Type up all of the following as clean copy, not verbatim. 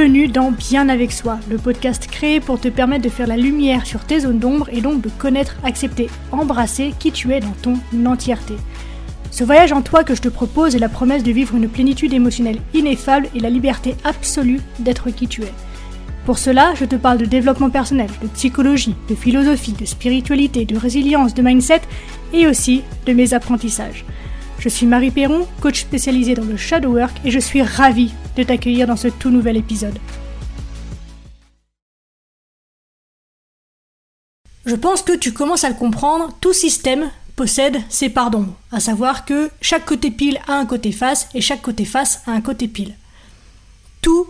Bienvenue dans Bien avec soi, le podcast créé pour te permettre de faire la lumière sur tes zones d'ombre et donc de connaître, accepter, embrasser qui tu es dans ton entièreté. Ce voyage en toi que je te propose est la promesse de vivre une plénitude émotionnelle ineffable et la liberté absolue d'être qui tu es. Pour cela, je te parle de développement personnel, de psychologie, de philosophie, de spiritualité, de résilience, de mindset et aussi de mes apprentissages. Je suis Marie Perron, coach spécialisée dans le shadow work et je suis ravie de t'accueillir dans ce tout nouvel épisode. Je pense que tu commences à le comprendre, tout système possède ses parts d'ombre, à savoir que chaque côté pile a un côté face et chaque côté face a un côté pile. Tout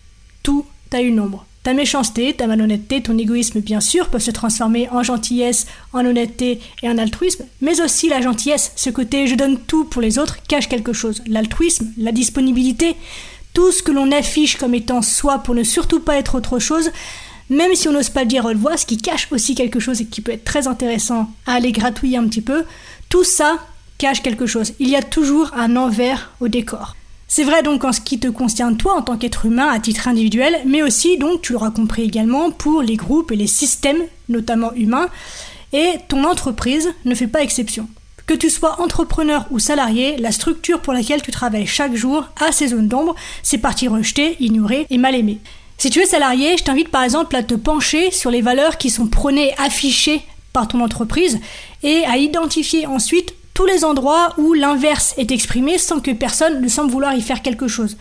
a une ombre. Ta méchanceté, ta malhonnêteté, ton égoïsme bien sûr peuvent se transformer en gentillesse, en honnêteté et en altruisme, mais aussi la gentillesse, ce côté je donne tout pour les autres, cache quelque chose. L'altruisme, la disponibilité, tout ce que l'on affiche comme étant soi pour ne surtout pas être autre chose, même si on n'ose pas le dire à haute voix, ce qui cache aussi quelque chose et qui peut être très intéressant à aller gratouiller un petit peu, tout ça cache quelque chose. Il y a toujours un envers au décor. C'est vrai donc en ce qui te concerne toi en tant qu'être humain à titre individuel, mais aussi donc tu l'auras compris également pour les groupes et les systèmes, notamment humains, et ton entreprise ne fait pas exception. Que tu sois entrepreneur ou salarié, la structure pour laquelle tu travailles chaque jour a ses zones d'ombre, ses parties rejetées, ignorées et mal aimées. Si tu es salarié, je t'invite par exemple à te pencher sur les valeurs qui sont prônées, affichées par ton entreprise et à identifier ensuite tous les endroits où l'inverse est exprimé sans que personne ne semble vouloir y faire quelque chose.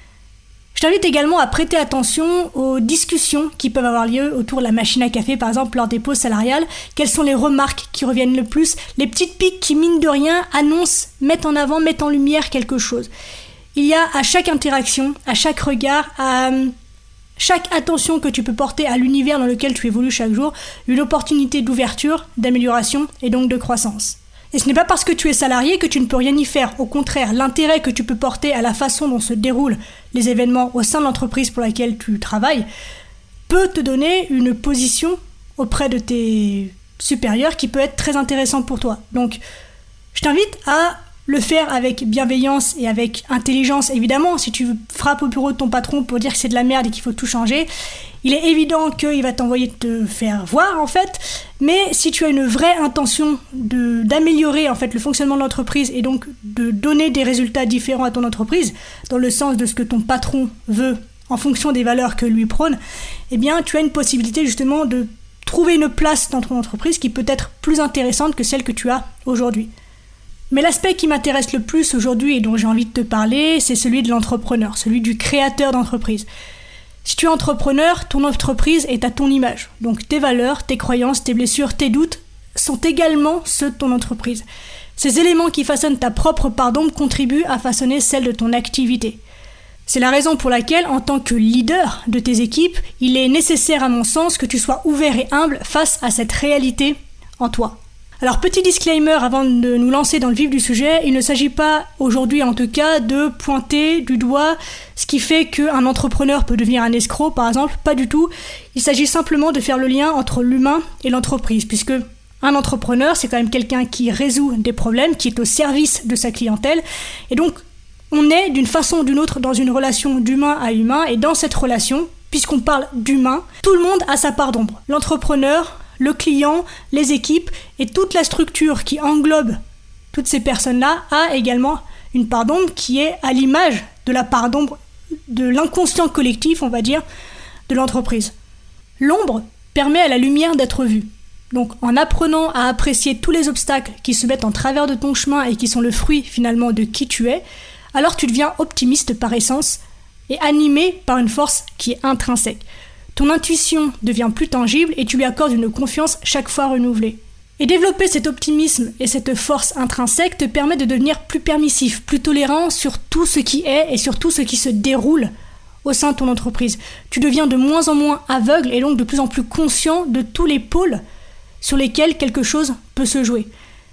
Je t'invite également à prêter attention aux discussions qui peuvent avoir lieu autour de la machine à café, par exemple lors des pauses salariales. Quelles sont les remarques qui reviennent le plus? Les petites piques qui, mine de rien, annoncent, mettent en avant, mettent en lumière quelque chose. Il y a à chaque interaction, à chaque regard, à chaque attention que tu peux porter à l'univers dans lequel tu évolues chaque jour, une opportunité d'ouverture, d'amélioration et donc de croissance. Et ce n'est pas parce que tu es salarié que tu ne peux rien y faire. Au contraire, l'intérêt que tu peux porter à la façon dont se déroulent les événements au sein de l'entreprise pour laquelle tu travailles peut te donner une position auprès de tes supérieurs qui peut être très intéressant pour toi. Donc, je t'invite à le faire avec bienveillance et avec intelligence, évidemment. Si tu frappes au bureau de ton patron pour dire que c'est de la merde et qu'il faut tout changer, il est évident qu'il va t'envoyer te faire voir, en fait. Mais si tu as une vraie intention d'améliorer, en fait, le fonctionnement de l'entreprise et donc de donner des résultats différents à ton entreprise, dans le sens de ce que ton patron veut, en fonction des valeurs que lui prône, eh bien, tu as une possibilité, justement, de trouver une place dans ton entreprise qui peut être plus intéressante que celle que tu as aujourd'hui. Mais l'aspect qui m'intéresse le plus aujourd'hui et dont j'ai envie de te parler, c'est celui de l'entrepreneur, celui du créateur d'entreprise. Si tu es entrepreneur, ton entreprise est à ton image. Donc tes valeurs, tes croyances, tes blessures, tes doutes sont également ceux de ton entreprise. Ces éléments qui façonnent ta propre part d'ombre contribuent à façonner celle de ton activité. C'est la raison pour laquelle, en tant que leader de tes équipes, il est nécessaire à mon sens que tu sois ouvert et humble face à cette réalité en toi. Alors petit disclaimer avant de nous lancer dans le vif du sujet, il ne s'agit pas aujourd'hui en tout cas de pointer du doigt ce qui fait qu'un entrepreneur peut devenir un escroc par exemple, pas du tout. Il s'agit simplement de faire le lien entre l'humain et l'entreprise, puisque un entrepreneur c'est quand même quelqu'un qui résout des problèmes, qui est au service de sa clientèle, et donc on est d'une façon ou d'une autre dans une relation d'humain à humain, et dans cette relation, puisqu'on parle d'humain, tout le monde a sa part d'ombre. L'entrepreneur, le client, les équipes et toute la structure qui englobe toutes ces personnes-là a également une part d'ombre qui est à l'image de la part d'ombre de l'inconscient collectif, on va dire, de l'entreprise. L'ombre permet à la lumière d'être vue. Donc en apprenant à apprécier tous les obstacles qui se mettent en travers de ton chemin et qui sont le fruit finalement de qui tu es, alors tu deviens optimiste par essence et animé par une force qui est intrinsèque. Ton intuition devient plus tangible et tu lui accordes une confiance chaque fois renouvelée. Et développer cet optimisme et cette force intrinsèque te permet de devenir plus permissif, plus tolérant sur tout ce qui est et sur tout ce qui se déroule au sein de ton entreprise. Tu deviens de moins en moins aveugle et donc de plus en plus conscient de tous les pôles sur lesquels quelque chose peut se jouer.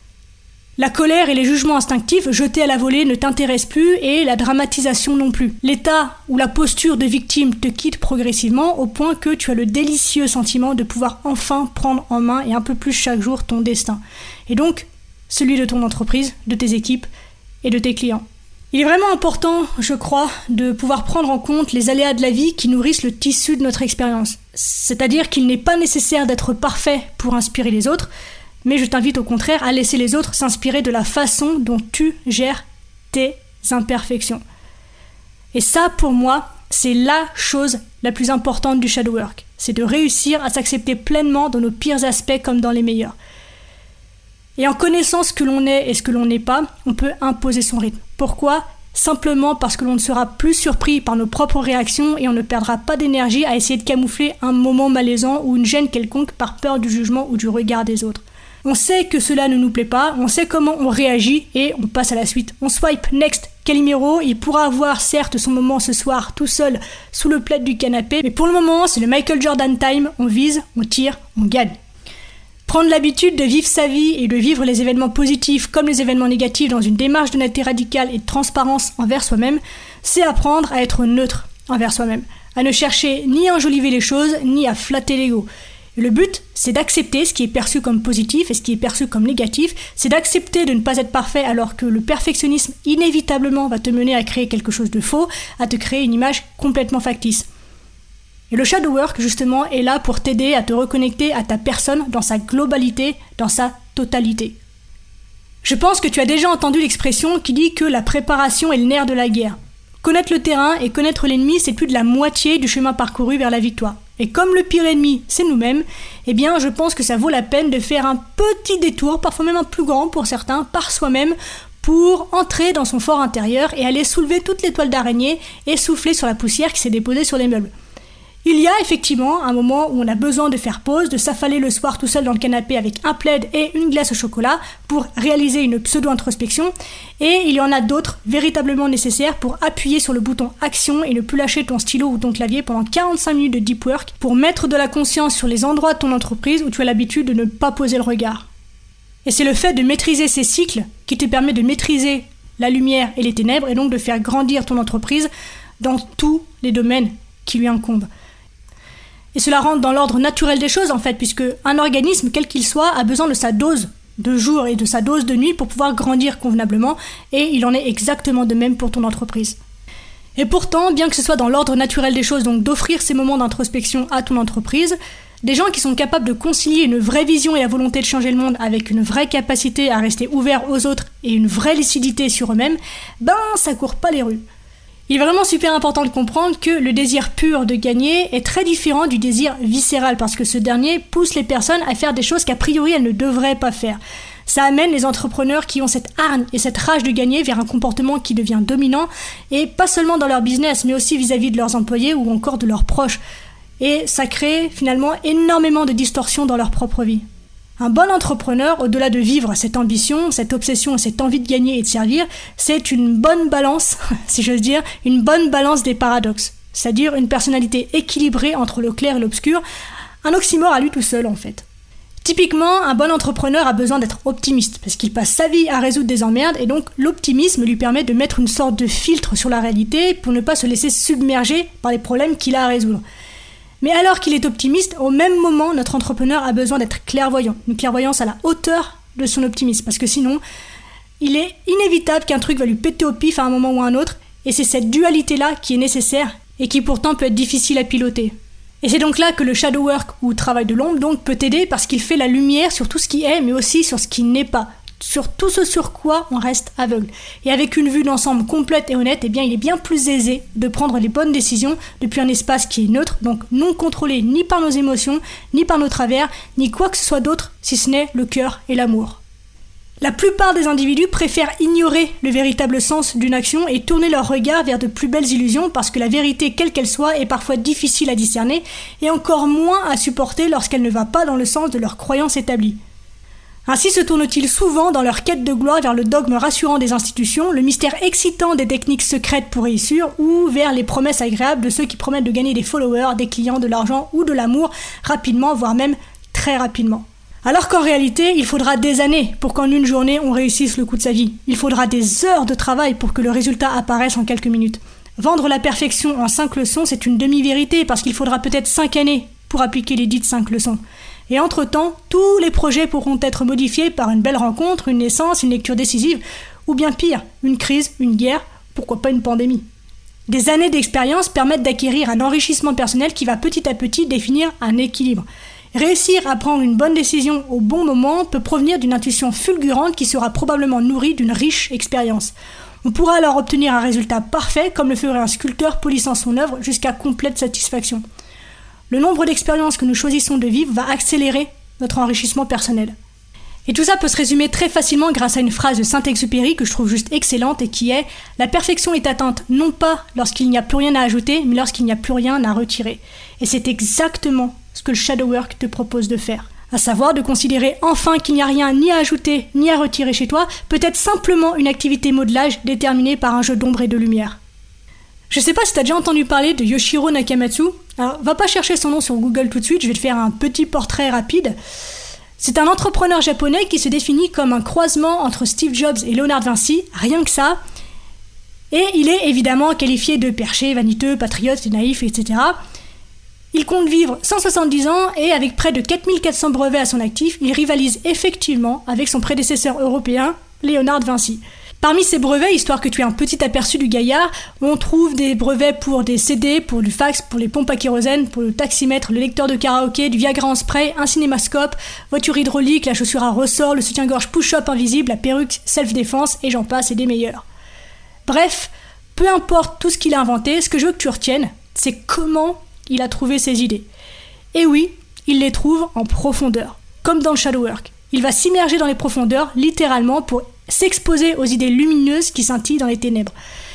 La colère et les jugements instinctifs jetés à la volée ne t'intéressent plus et la dramatisation non plus. L'état ou la posture de victime te quitte progressivement au point que tu as le délicieux sentiment de pouvoir enfin prendre en main et un peu plus chaque jour ton destin. Et donc, celui de ton entreprise, de tes équipes et de tes clients. Il est vraiment important, je crois, de pouvoir prendre en compte les aléas de la vie qui nourrissent le tissu de notre expérience. C'est-à-dire qu'il n'est pas nécessaire d'être parfait pour inspirer les autres, mais je t'invite au contraire à laisser les autres s'inspirer de la façon dont tu gères tes imperfections. Et ça, pour moi, c'est la chose la plus importante du shadow work. C'est de réussir à s'accepter pleinement dans nos pires aspects comme dans les meilleurs. Et en connaissant ce que l'on est et ce que l'on n'est pas, on peut imposer son rythme. Pourquoi ? Simplement parce que l'on ne sera plus surpris par nos propres réactions et on ne perdra pas d'énergie à essayer de camoufler un moment malaisant ou une gêne quelconque par peur du jugement ou du regard des autres. On sait que cela ne nous plaît pas, on sait comment on réagit et on passe à la suite. On swipe next. Calimero, il pourra avoir certes son moment ce soir tout seul sous le plaid du canapé, mais pour le moment c'est le Michael Jordan time, on vise, on tire, on gagne. Prendre l'habitude de vivre sa vie et de vivre les événements positifs comme les événements négatifs dans une démarche d'honnêteté radicale et de transparence envers soi-même, c'est apprendre à être neutre envers soi-même, à ne chercher ni à enjoliver les choses, ni à flatter l'ego. Et le but, c'est d'accepter ce qui est perçu comme positif et ce qui est perçu comme négatif, c'est d'accepter de ne pas être parfait alors que le perfectionnisme inévitablement va te mener à créer quelque chose de faux, à te créer une image complètement factice. Et le shadow work, justement, est là pour t'aider à te reconnecter à ta personne dans sa globalité, dans sa totalité. Je pense que tu as déjà entendu l'expression qui dit que la préparation est le nerf de la guerre. Connaître le terrain et connaître l'ennemi, c'est plus de la moitié du chemin parcouru vers la victoire. Et comme le pire ennemi, c'est nous-mêmes, eh bien, je pense que ça vaut la peine de faire un petit détour, parfois même un plus grand pour certains, par soi-même, pour entrer dans son fort intérieur et aller soulever toutes les toiles d'araignée et souffler sur la poussière qui s'est déposée sur les meubles. Il y a effectivement un moment où on a besoin de faire pause, de s'affaler le soir tout seul dans le canapé avec un plaid et une glace au chocolat pour réaliser une pseudo-introspection, et il y en a d'autres véritablement nécessaires pour appuyer sur le bouton action et ne plus lâcher ton stylo ou ton clavier pendant 45 minutes de deep work pour mettre de la conscience sur les endroits de ton entreprise où tu as l'habitude de ne pas poser le regard. Et c'est le fait de maîtriser ces cycles qui te permet de maîtriser la lumière et les ténèbres et donc de faire grandir ton entreprise dans tous les domaines qui lui incombent. Et cela rentre dans l'ordre naturel des choses en fait, puisque un organisme, quel qu'il soit, a besoin de sa dose de jour et de sa dose de nuit pour pouvoir grandir convenablement, et il en est exactement de même pour ton entreprise. Et pourtant, bien que ce soit dans l'ordre naturel des choses, donc d'offrir ces moments d'introspection à ton entreprise, des gens qui sont capables de concilier une vraie vision et la volonté de changer le monde avec une vraie capacité à rester ouverts aux autres et une vraie lucidité sur eux-mêmes, ça court pas les rues. Il est vraiment super important de comprendre que le désir pur de gagner est très différent du désir viscéral parce que ce dernier pousse les personnes à faire des choses qu'a priori elles ne devraient pas faire. Ça amène les entrepreneurs qui ont cette hargne et cette rage de gagner vers un comportement qui devient dominant et pas seulement dans leur business mais aussi vis-à-vis de leurs employés ou encore de leurs proches. Et ça crée finalement énormément de distorsions dans leur propre vie. Un bon entrepreneur, au-delà de vivre cette ambition, cette obsession, cette envie de gagner et de servir, c'est une bonne balance, si j'ose dire, une bonne balance des paradoxes. C'est-à-dire une personnalité équilibrée entre le clair et l'obscur, un oxymore à lui tout seul en fait. Typiquement, un bon entrepreneur a besoin d'être optimiste, parce qu'il passe sa vie à résoudre des emmerdes, et donc l'optimisme lui permet de mettre une sorte de filtre sur la réalité pour ne pas se laisser submerger par les problèmes qu'il a à résoudre. Mais alors qu'il est optimiste, au même moment, notre entrepreneur a besoin d'être clairvoyant. Une clairvoyance à la hauteur de son optimisme. Parce que sinon, il est inévitable qu'un truc va lui péter au pif à un moment ou à un autre. Et c'est cette dualité-là qui est nécessaire et qui pourtant peut être difficile à piloter. Et c'est donc là que le shadow work ou travail de l'ombre donc peut t'aider parce qu'il fait la lumière sur tout ce qui est, mais aussi sur ce qui n'est pas. Sur tout ce sur quoi on reste aveugle. Et avec une vue d'ensemble complète et honnête, il est bien plus aisé de prendre les bonnes décisions depuis un espace qui est neutre, donc non contrôlé ni par nos émotions, ni par nos travers, ni quoi que ce soit d'autre, si ce n'est le cœur et l'amour. La plupart des individus préfèrent ignorer le véritable sens d'une action et tourner leur regard vers de plus belles illusions parce que la vérité, quelle qu'elle soit, est parfois difficile à discerner et encore moins à supporter lorsqu'elle ne va pas dans le sens de leurs croyances établies. Ainsi se tournent-ils souvent dans leur quête de gloire vers le dogme rassurant des institutions, le mystère excitant des techniques secrètes pour réussir ou vers les promesses agréables de ceux qui promettent de gagner des followers, des clients, de l'argent ou de l'amour rapidement, voire même très rapidement. Alors qu'en réalité, il faudra des années pour qu'en une journée on réussisse le coup de sa vie. Il faudra des heures de travail pour que le résultat apparaisse en quelques minutes. Vendre la perfection en 5 leçons, c'est une demi-vérité parce qu'il faudra peut-être 5 années pour appliquer les dites 5 leçons. Et entre-temps, tous les projets pourront être modifiés par une belle rencontre, une naissance, une lecture décisive, ou bien pire, une crise, une guerre, pourquoi pas une pandémie? Des années d'expérience permettent d'acquérir un enrichissement personnel qui va petit à petit définir un équilibre. Réussir à prendre une bonne décision au bon moment peut provenir d'une intuition fulgurante qui sera probablement nourrie d'une riche expérience. On pourra alors obtenir un résultat parfait comme le ferait un sculpteur polissant son œuvre jusqu'à complète satisfaction. Le nombre d'expériences que nous choisissons de vivre va accélérer notre enrichissement personnel. Et tout ça peut se résumer très facilement grâce à une phrase de Saint-Exupéry que je trouve juste excellente et qui est « La perfection est atteinte non pas lorsqu'il n'y a plus rien à ajouter, mais lorsqu'il n'y a plus rien à retirer. » Et c'est exactement ce que le shadow work te propose de faire. À savoir de considérer enfin qu'il n'y a rien ni à ajouter ni à retirer chez toi, peut-être simplement une activité modelage déterminée par un jeu d'ombre et de lumière. Je sais pas si t'as déjà entendu parler de Yoshiro Nakamatsu. Alors, va pas chercher son nom sur Google tout de suite, je vais te faire un petit portrait rapide. C'est un entrepreneur japonais qui se définit comme un croisement entre Steve Jobs et Léonard de Vinci, rien que ça. Et il est évidemment qualifié de perché, vaniteux, patriote, naïf, etc. Il compte vivre 170 ans et avec près de 4400 brevets à son actif, il rivalise effectivement avec son prédécesseur européen, Léonard de Vinci. Parmi ces brevets, histoire que tu aies un petit aperçu du gaillard, on trouve des brevets pour des CD, pour du fax, pour les pompes à kérosène, pour le taximètre, le lecteur de karaoké, du Viagra en spray, un cinémascope, voiture hydraulique, la chaussure à ressort, le soutien-gorge push-up invisible, la perruque self-défense, et j'en passe, et des meilleurs. Bref, peu importe tout ce qu'il a inventé, ce que je veux que tu retiennes, c'est comment il a trouvé ses idées. Et oui, il les trouve en profondeur, comme dans le shadow work. Il va s'immerger dans les profondeurs, littéralement, pour s'exposer aux idées lumineuses qui scintillent dans les ténèbres.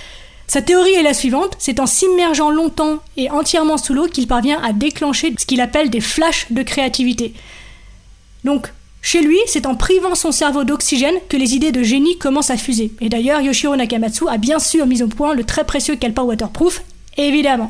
Sa théorie est la suivante, c'est en s'immergeant longtemps et entièrement sous l'eau qu'il parvient à déclencher ce qu'il appelle des flashs de créativité. Donc, chez lui, c'est en privant son cerveau d'oxygène que les idées de génie commencent à fuser. Et d'ailleurs, Yoshiro Nakamatsu a bien sûr mis au point le très précieux calepin waterproof, évidemment.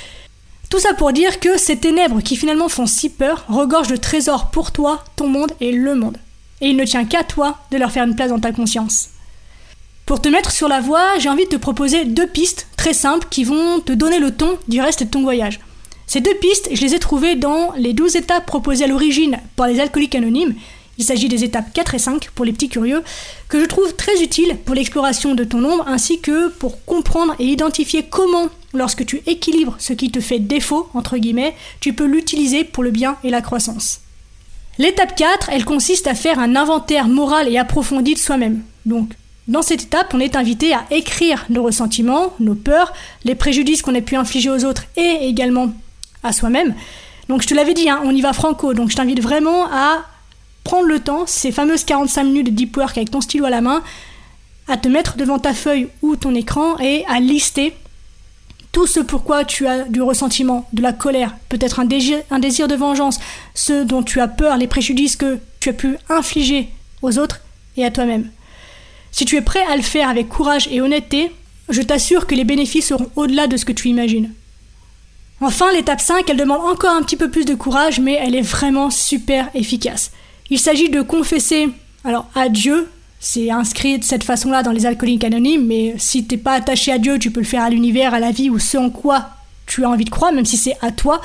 Tout ça pour dire que ces ténèbres qui finalement font si peur regorgent de trésors pour toi, ton monde et le monde. Et il ne tient qu'à toi de leur faire une place dans ta conscience. Pour te mettre sur la voie, j'ai envie de te proposer 2 pistes très simples qui vont te donner le ton du reste de ton voyage. Ces 2 pistes, je les ai trouvées dans les 12 étapes proposées à l'origine par les alcooliques anonymes. Il s'agit des étapes 4 et 5 pour les petits curieux, que je trouve très utiles pour l'exploration de ton ombre ainsi que pour comprendre et identifier comment, lorsque tu équilibres ce qui te fait défaut, entre guillemets, tu peux l'utiliser pour le bien et la croissance. L'étape 4, elle consiste à faire un inventaire moral et approfondi de soi-même. Donc, dans cette étape, on est invité à écrire nos ressentiments, nos peurs, les préjudices qu'on a pu infliger aux autres et également à soi-même. Donc, je te l'avais dit, on y va franco, donc je t'invite vraiment à prendre le temps, ces fameuses 45 minutes de deep work avec ton stylo à la main, à te mettre devant ta feuille ou ton écran et à lister tout ce pourquoi tu as du ressentiment, de la colère, peut-être un désir de vengeance, ce dont tu as peur, les préjudices que tu as pu infliger aux autres et à toi-même. Si tu es prêt à le faire avec courage et honnêteté, je t'assure que les bénéfices seront au-delà de ce que tu imagines. Enfin, l'étape 5, elle demande encore un petit peu plus de courage, mais elle est vraiment super efficace. Il s'agit de confesser, alors à Dieu, c'est inscrit de cette façon-là dans les alcooliques anonymes, mais si t'es pas attaché à Dieu, tu peux le faire à l'univers, à la vie ou ce en quoi tu as envie de croire, même si c'est à toi.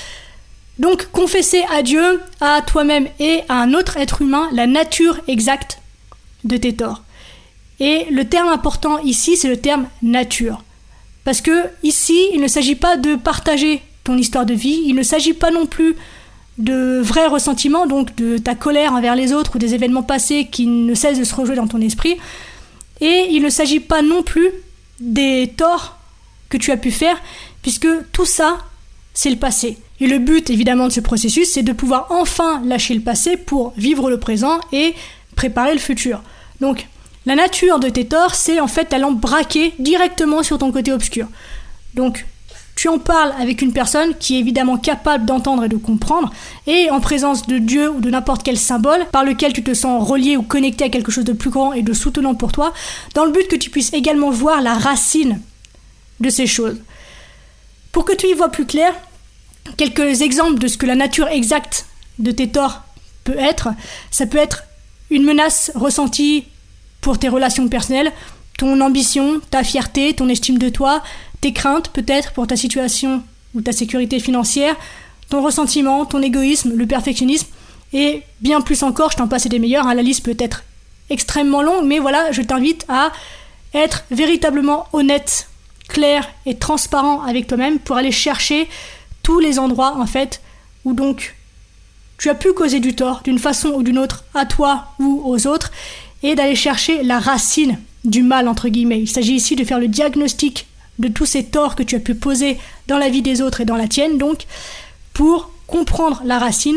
Donc confesser à Dieu, à toi-même et à un autre être humain la nature exacte de tes torts. Et le terme important ici, c'est le terme nature. Parce que ici, il ne s'agit pas de partager ton histoire de vie, il ne s'agit pas non plus de vrais ressentiments, donc de ta colère envers les autres ou des événements passés qui ne cessent de se rejouer dans ton esprit. Et il ne s'agit pas non plus des torts que tu as pu faire, puisque tout ça, c'est le passé. Et le but, évidemment, de ce processus, c'est de pouvoir enfin lâcher le passé pour vivre le présent et préparer le futur. Donc, la nature de tes torts, c'est en fait ta lampe braquée directement sur ton côté obscur. Donc, tu en parles avec une personne qui est évidemment capable d'entendre et de comprendre, et en présence de Dieu ou de n'importe quel symbole par lequel tu te sens relié ou connecté à quelque chose de plus grand et de soutenant pour toi, dans le but que tu puisses également voir la racine de ces choses. Pour que tu y vois plus clair, quelques exemples de ce que la nature exacte de tes torts peut être. Ça peut être une menace ressentie pour tes relations personnelles, ton ambition, ta fierté, ton estime de toi, tes craintes peut-être pour ta situation ou ta sécurité financière, ton ressentiment, ton égoïsme, le perfectionnisme, et bien plus encore, je t'en passe des meilleurs, la liste peut être extrêmement longue, mais voilà, je t'invite à être véritablement honnête, clair et transparent avec toi-même pour aller chercher tous les endroits en fait où donc tu as pu causer du tort d'une façon ou d'une autre à toi ou aux autres et d'aller chercher la racine du mal entre guillemets. Il s'agit ici de faire le diagnostic de tous ces torts que tu as pu poser dans la vie des autres et dans la tienne donc pour comprendre la racine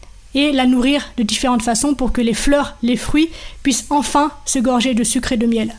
et la nourrir de différentes façons pour que les fleurs, les fruits puissent enfin se gorger de sucre et de miel.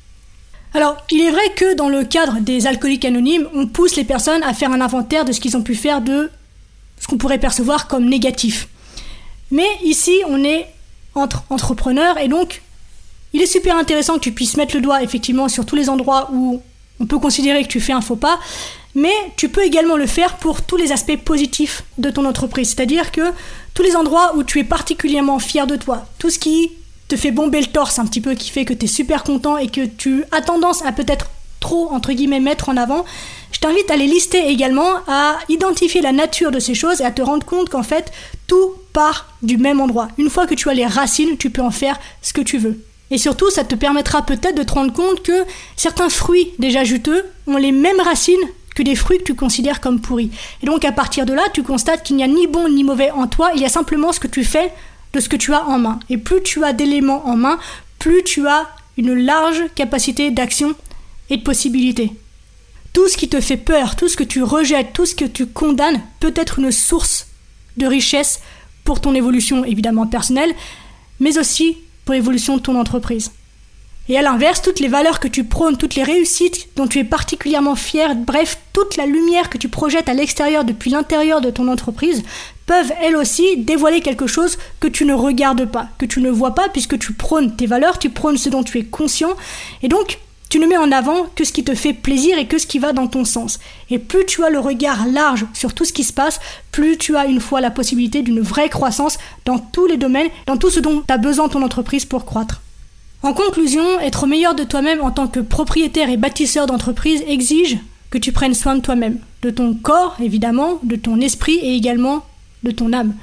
Alors, il est vrai que dans le cadre des alcooliques anonymes, on pousse les personnes à faire un inventaire de ce qu'ils ont pu faire de ce qu'on pourrait percevoir comme négatif. Mais ici, on est entre entrepreneurs et donc, il est super intéressant que tu puisses mettre le doigt effectivement sur tous les endroits où on peut considérer que tu fais un faux pas, mais tu peux également le faire pour tous les aspects positifs de ton entreprise. C'est-à-dire que tous les endroits où tu es particulièrement fier de toi, tout ce qui te fait bomber le torse un petit peu, qui fait que tu es super content et que tu as tendance à peut-être trop, entre guillemets, mettre en avant, je t'invite à les lister également, à identifier la nature de ces choses et à te rendre compte qu'en fait, tout part du même endroit. Une fois que tu as les racines, tu peux en faire ce que tu veux. Et surtout, ça te permettra peut-être de te rendre compte que certains fruits déjà juteux ont les mêmes racines que des fruits que tu considères comme pourris. Et donc à partir de là, tu constates qu'il n'y a ni bon ni mauvais en toi, il y a simplement ce que tu fais de ce que tu as en main. Et plus tu as d'éléments en main, plus tu as une large capacité d'action et de possibilités. Tout ce qui te fait peur, tout ce que tu rejettes, tout ce que tu condamnes peut être une source de richesse pour ton évolution évidemment personnelle, mais aussi pour l'évolution de ton entreprise. Et à l'inverse, toutes les valeurs que tu prônes, toutes les réussites dont tu es particulièrement fier, bref, toute la lumière que tu projettes à l'extérieur depuis l'intérieur de ton entreprise peuvent elles aussi dévoiler quelque chose que tu ne regardes pas, que tu ne vois pas puisque tu prônes tes valeurs, tu prônes ce dont tu es conscient et donc tu ne mets en avant que ce qui te fait plaisir et que ce qui va dans ton sens. Et plus tu as le regard large sur tout ce qui se passe, plus tu as une fois la possibilité d'une vraie croissance dans tous les domaines, dans tout ce dont tu as besoin ton entreprise pour croître. En conclusion, être meilleur de toi-même en tant que propriétaire et bâtisseur d'entreprise exige que tu prennes soin de toi-même, de ton corps évidemment, de ton esprit et également de ton âme.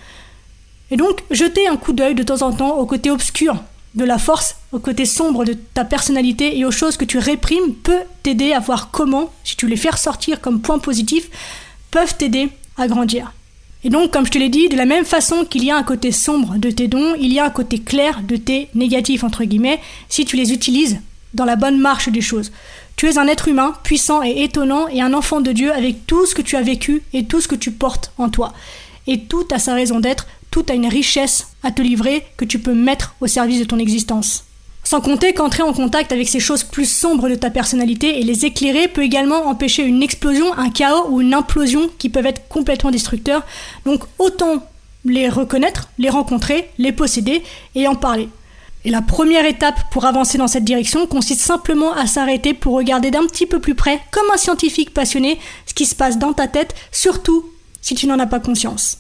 Et donc, jeter un coup d'œil de temps en temps au côté obscur de la force, au côté sombre de ta personnalité et aux choses que tu réprimes peut t'aider à voir comment, si tu les fais ressortir comme points positifs, peuvent t'aider à grandir. Et donc, comme je te l'ai dit, de la même façon qu'il y a un côté sombre de tes dons, il y a un côté clair de tes négatifs, entre guillemets, si tu les utilises dans la bonne marche des choses. Tu es un être humain puissant et étonnant et un enfant de Dieu avec tout ce que tu as vécu et tout ce que tu portes en toi. Et tout a sa raison d'être, tout a une richesse à te livrer que tu peux mettre au service de ton existence. Sans compter qu'entrer en contact avec ces choses plus sombres de ta personnalité et les éclairer peut également empêcher une explosion, un chaos ou une implosion qui peuvent être complètement destructeurs. Donc autant les reconnaître, les rencontrer, les posséder et en parler. Et la première étape pour avancer dans cette direction consiste simplement à s'arrêter pour regarder d'un petit peu plus près, comme un scientifique passionné, ce qui se passe dans ta tête, surtout si tu n'en as pas conscience.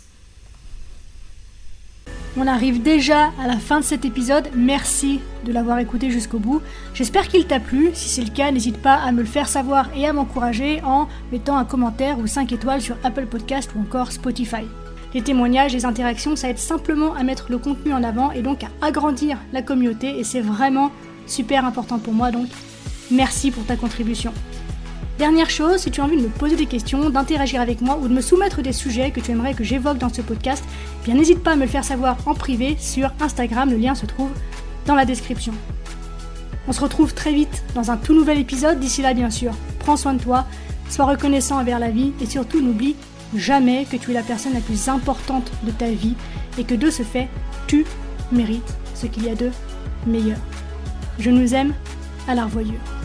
On arrive déjà à la fin de cet épisode, merci de l'avoir écouté jusqu'au bout. J'espère qu'il t'a plu, si c'est le cas, n'hésite pas à me le faire savoir et à m'encourager en mettant un commentaire ou 5 étoiles sur Apple Podcast ou encore Spotify. Les témoignages, les interactions, ça aide simplement à mettre le contenu en avant et donc à agrandir la communauté et c'est vraiment super important pour moi, donc merci pour ta contribution. Dernière chose, si tu as envie de me poser des questions, d'interagir avec moi ou de me soumettre des sujets que tu aimerais que j'évoque dans ce podcast, eh bien n'hésite pas à me le faire savoir en privé sur Instagram, le lien se trouve dans la description. On se retrouve très vite dans un tout nouvel épisode, d'ici là bien sûr, prends soin de toi, sois reconnaissant envers la vie et surtout n'oublie jamais que tu es la personne la plus importante de ta vie et que de ce fait, tu mérites ce qu'il y a de meilleur. Je nous aime, à la revoyure.